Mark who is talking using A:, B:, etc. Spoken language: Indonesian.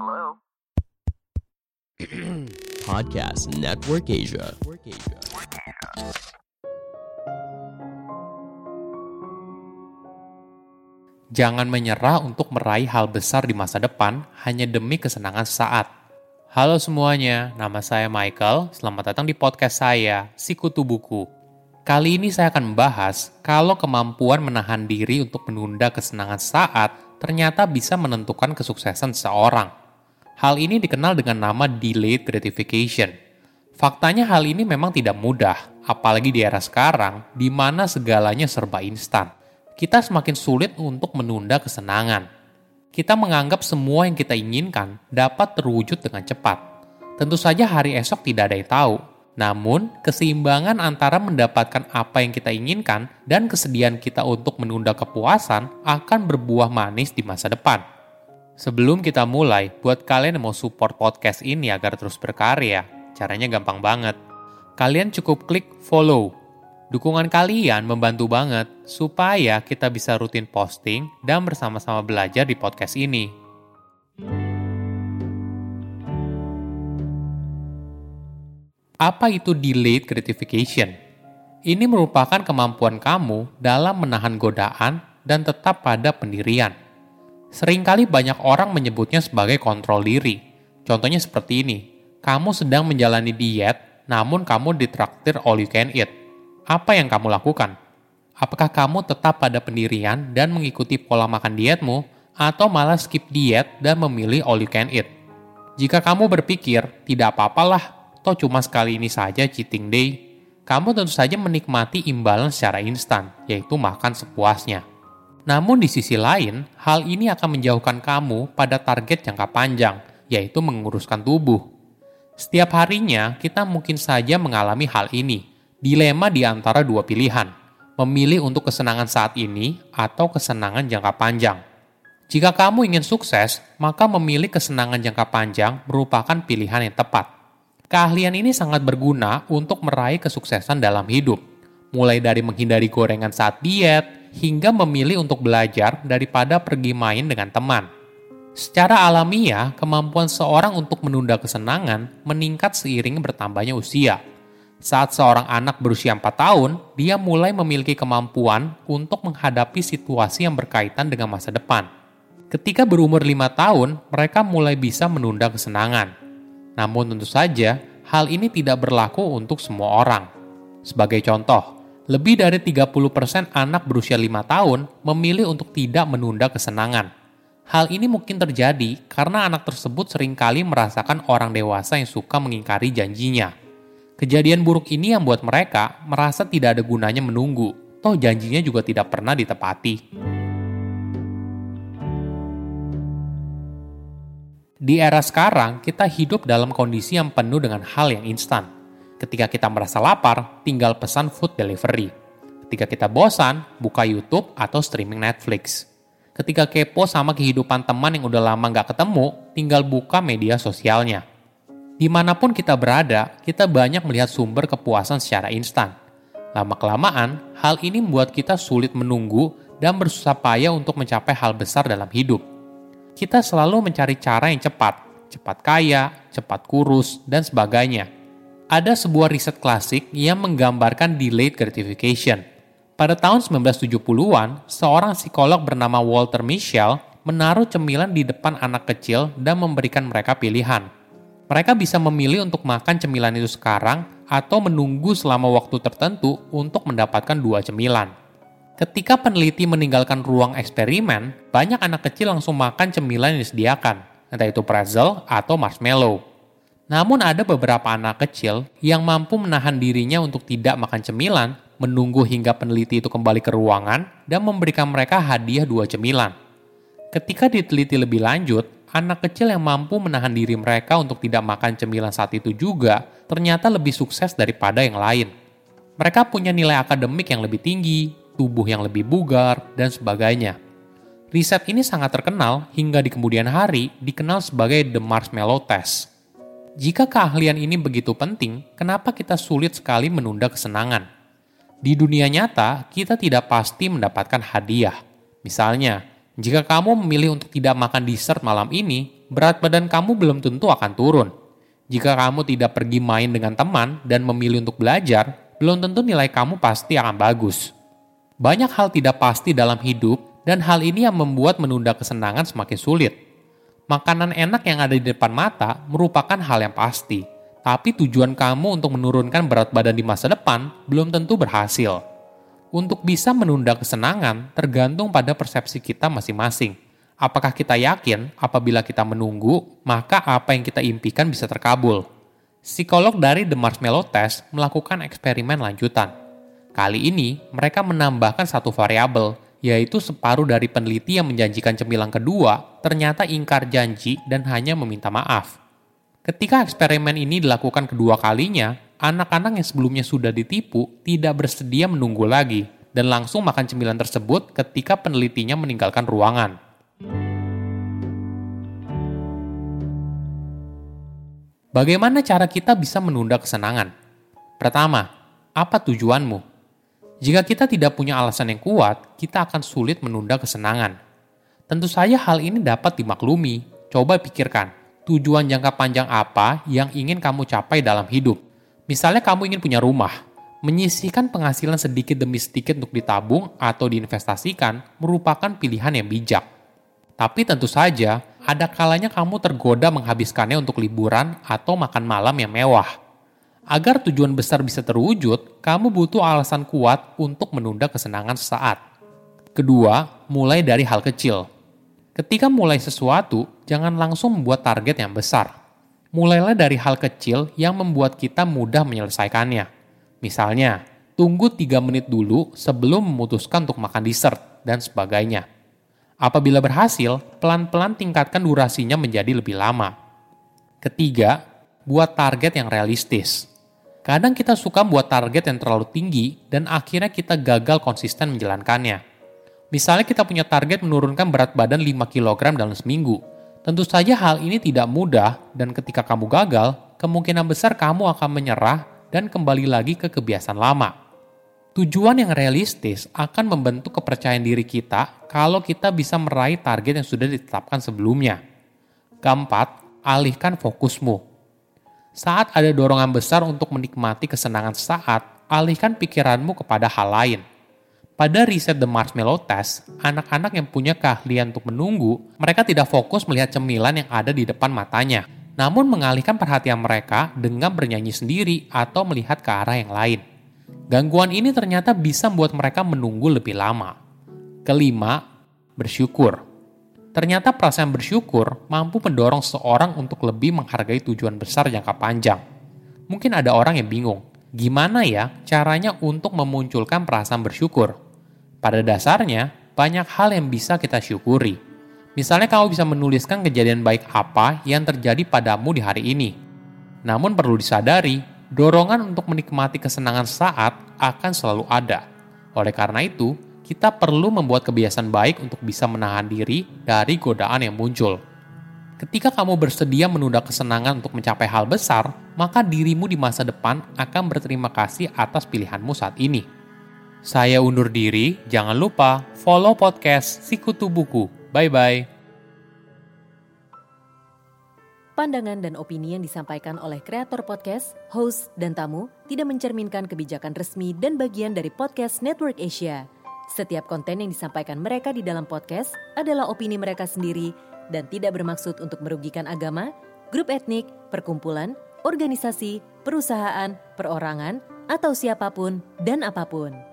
A: Podcast Network Asia.
B: Jangan menyerah untuk meraih hal besar di masa depan hanya demi kesenangan sesaat. Halo semuanya, nama saya Michael. Selamat datang di podcast saya, Sikutu Buku. Kali ini saya akan membahas kalau kemampuan menahan diri untuk menunda kesenangan sesaat ternyata bisa menentukan kesuksesan seseorang. Hal ini dikenal dengan nama delayed gratification. Faktanya hal ini memang tidak mudah, apalagi di era sekarang di mana segalanya serba instan. Kita semakin sulit untuk menunda kesenangan. Kita menganggap semua yang kita inginkan dapat terwujud dengan cepat. Tentu saja hari esok tidak ada yang tahu. Namun, keseimbangan antara mendapatkan apa yang kita inginkan dan kesediaan kita untuk menunda kepuasan akan berbuah manis di masa depan. Sebelum kita mulai, buat kalian yang mau support podcast ini agar terus berkarya, caranya gampang banget. Kalian cukup klik follow. Dukungan kalian membantu banget supaya kita bisa rutin posting dan bersama-sama belajar di podcast ini. Apa itu delayed gratification? Ini merupakan kemampuan kamu dalam menahan godaan dan tetap pada pendirian. Seringkali banyak orang menyebutnya sebagai kontrol diri. Contohnya seperti ini, kamu sedang menjalani diet, namun kamu ditraktir all you can eat. Apa yang kamu lakukan? Apakah kamu tetap pada pendirian dan mengikuti pola makan dietmu, atau malah skip diet dan memilih all you can eat? Jika kamu berpikir, tidak apa-apalah, toh cuma sekali ini saja cheating day, kamu tentu saja menikmati imbalan secara instan, yaitu makan sepuasnya. Namun di sisi lain, hal ini akan menjauhkan kamu pada target jangka panjang, yaitu menguruskan tubuh. Setiap harinya, kita mungkin saja mengalami hal ini, dilema di antara dua pilihan, memilih untuk kesenangan saat ini atau kesenangan jangka panjang. Jika kamu ingin sukses, maka memilih kesenangan jangka panjang merupakan pilihan yang tepat. Keahlian ini sangat berguna untuk meraih kesuksesan dalam hidup, mulai dari menghindari gorengan saat diet, hingga memilih untuk belajar daripada pergi main dengan teman. Secara alamiah, kemampuan seorang untuk menunda kesenangan meningkat seiring bertambahnya usia. Saat seorang anak berusia 4 tahun, dia mulai memiliki kemampuan untuk menghadapi situasi yang berkaitan dengan masa depan. Ketika berumur 5 tahun, mereka mulai bisa menunda kesenangan. Namun tentu saja, hal ini tidak berlaku untuk semua orang. Sebagai contoh, lebih dari 30% anak berusia 5 tahun memilih untuk tidak menunda kesenangan. Hal ini mungkin terjadi karena anak tersebut seringkali merasakan orang dewasa yang suka mengingkari janjinya. Kejadian buruk ini yang membuat mereka merasa tidak ada gunanya menunggu, toh janjinya juga tidak pernah ditepati. Di era sekarang, kita hidup dalam kondisi yang penuh dengan hal yang instan. Ketika kita merasa lapar, tinggal pesan food delivery. Ketika kita bosan, buka YouTube atau streaming Netflix. Ketika kepo sama kehidupan teman yang udah lama gak ketemu, tinggal buka media sosialnya. Dimanapun kita berada, kita banyak melihat sumber kepuasan secara instan. Lama-kelamaan, hal ini membuat kita sulit menunggu dan bersusah payah untuk mencapai hal besar dalam hidup. Kita selalu mencari cara yang cepat kaya, cepat kurus, dan sebagainya. Ada sebuah riset klasik yang menggambarkan delayed gratification. Pada tahun 1970-an, seorang psikolog bernama Walter Mischel menaruh cemilan di depan anak kecil dan memberikan mereka pilihan. Mereka bisa memilih untuk makan cemilan itu sekarang atau menunggu selama waktu tertentu untuk mendapatkan 2 cemilan. Ketika peneliti meninggalkan ruang eksperimen, banyak anak kecil langsung makan cemilan yang disediakan, entah itu pretzel atau marshmallow. Namun ada beberapa anak kecil yang mampu menahan dirinya untuk tidak makan cemilan, menunggu hingga peneliti itu kembali ke ruangan, dan memberikan mereka hadiah 2 cemilan. Ketika diteliti lebih lanjut, anak kecil yang mampu menahan diri mereka untuk tidak makan cemilan saat itu juga ternyata lebih sukses daripada yang lain. Mereka punya nilai akademik yang lebih tinggi, tubuh yang lebih bugar, dan sebagainya. Riset ini sangat terkenal hingga di kemudian hari dikenal sebagai The Marshmallow Test. Jika keahlian ini begitu penting, kenapa kita sulit sekali menunda kesenangan? Di dunia nyata, kita tidak pasti mendapatkan hadiah. Misalnya, jika kamu memilih untuk tidak makan dessert malam ini, berat badan kamu belum tentu akan turun. Jika kamu tidak pergi main dengan teman dan memilih untuk belajar, belum tentu nilai kamu pasti akan bagus. Banyak hal tidak pasti dalam hidup, dan hal ini yang membuat menunda kesenangan semakin sulit. Makanan enak yang ada di depan mata merupakan hal yang pasti, tapi tujuan kamu untuk menurunkan berat badan di masa depan belum tentu berhasil. Untuk bisa menunda kesenangan tergantung pada persepsi kita masing-masing. Apakah kita yakin apabila kita menunggu, maka apa yang kita impikan bisa terkabul? Psikolog dari The Marshmallow Test melakukan eksperimen lanjutan. Kali ini, mereka menambahkan satu variabel, yaitu separuh dari peneliti yang menjanjikan cemilan kedua ternyata ingkar janji dan hanya meminta maaf. Ketika eksperimen ini dilakukan kedua kalinya, anak-anak yang sebelumnya sudah ditipu tidak bersedia menunggu lagi dan langsung makan cemilan tersebut ketika penelitinya meninggalkan ruangan. Bagaimana cara kita bisa menunda kesenangan? Pertama, apa tujuanmu? Jika kita tidak punya alasan yang kuat, kita akan sulit menunda kesenangan. Tentu saja hal ini dapat dimaklumi. Coba pikirkan, tujuan jangka panjang apa yang ingin kamu capai dalam hidup? Misalnya kamu ingin punya rumah. Menyisihkan penghasilan sedikit demi sedikit untuk ditabung atau diinvestasikan merupakan pilihan yang bijak. Tapi tentu saja, ada kalanya kamu tergoda menghabiskannya untuk liburan atau makan malam yang mewah. Agar tujuan besar bisa terwujud, kamu butuh alasan kuat untuk menunda kesenangan sesaat. Kedua, mulai dari hal kecil. Ketika mulai sesuatu, jangan langsung membuat target yang besar. Mulailah dari hal kecil yang membuat kita mudah menyelesaikannya. Misalnya, tunggu 3 menit dulu sebelum memutuskan untuk makan dessert, dan sebagainya. Apabila berhasil, pelan-pelan tingkatkan durasinya menjadi lebih lama. Ketiga, buat target yang realistis. Kadang kita suka buat target yang terlalu tinggi dan akhirnya kita gagal konsisten menjalankannya. Misalnya kita punya target menurunkan berat badan 5 kg dalam seminggu. Tentu saja hal ini tidak mudah dan ketika kamu gagal, kemungkinan besar kamu akan menyerah dan kembali lagi ke kebiasaan lama. Tujuan yang realistis akan membentuk kepercayaan diri kita kalau kita bisa meraih target yang sudah ditetapkan sebelumnya. Keempat, alihkan fokusmu. Saat ada dorongan besar untuk menikmati kesenangan sesaat, alihkan pikiranmu kepada hal lain. Pada riset The Marshmallow Test, anak-anak yang punya keahlian untuk menunggu, mereka tidak fokus melihat cemilan yang ada di depan matanya, namun mengalihkan perhatian mereka dengan bernyanyi sendiri atau melihat ke arah yang lain. Gangguan ini ternyata bisa membuat mereka menunggu lebih lama. Kelima, bersyukur. Ternyata perasaan bersyukur mampu mendorong seseorang untuk lebih menghargai tujuan besar jangka panjang. Mungkin ada orang yang bingung, gimana ya caranya untuk memunculkan perasaan bersyukur? Pada dasarnya, banyak hal yang bisa kita syukuri. Misalnya kamu bisa menuliskan kejadian baik apa yang terjadi padamu di hari ini. Namun perlu disadari, dorongan untuk menikmati kesenangan saat akan selalu ada. Oleh karena itu, kita perlu membuat kebiasaan baik untuk bisa menahan diri dari godaan yang muncul. Ketika kamu bersedia menunda kesenangan untuk mencapai hal besar, maka dirimu di masa depan akan berterima kasih atas pilihanmu saat ini. Saya undur diri, jangan lupa follow podcast Sikutu Buku. Bye-bye.
C: Pandangan dan opini yang disampaikan oleh kreator podcast, host, dan tamu tidak mencerminkan kebijakan resmi dan bagian dari podcast Network Asia. Setiap konten yang disampaikan mereka di dalam podcast adalah opini mereka sendiri dan tidak bermaksud untuk merugikan agama, grup etnik, perkumpulan, organisasi, perusahaan, perorangan, atau siapapun dan apapun.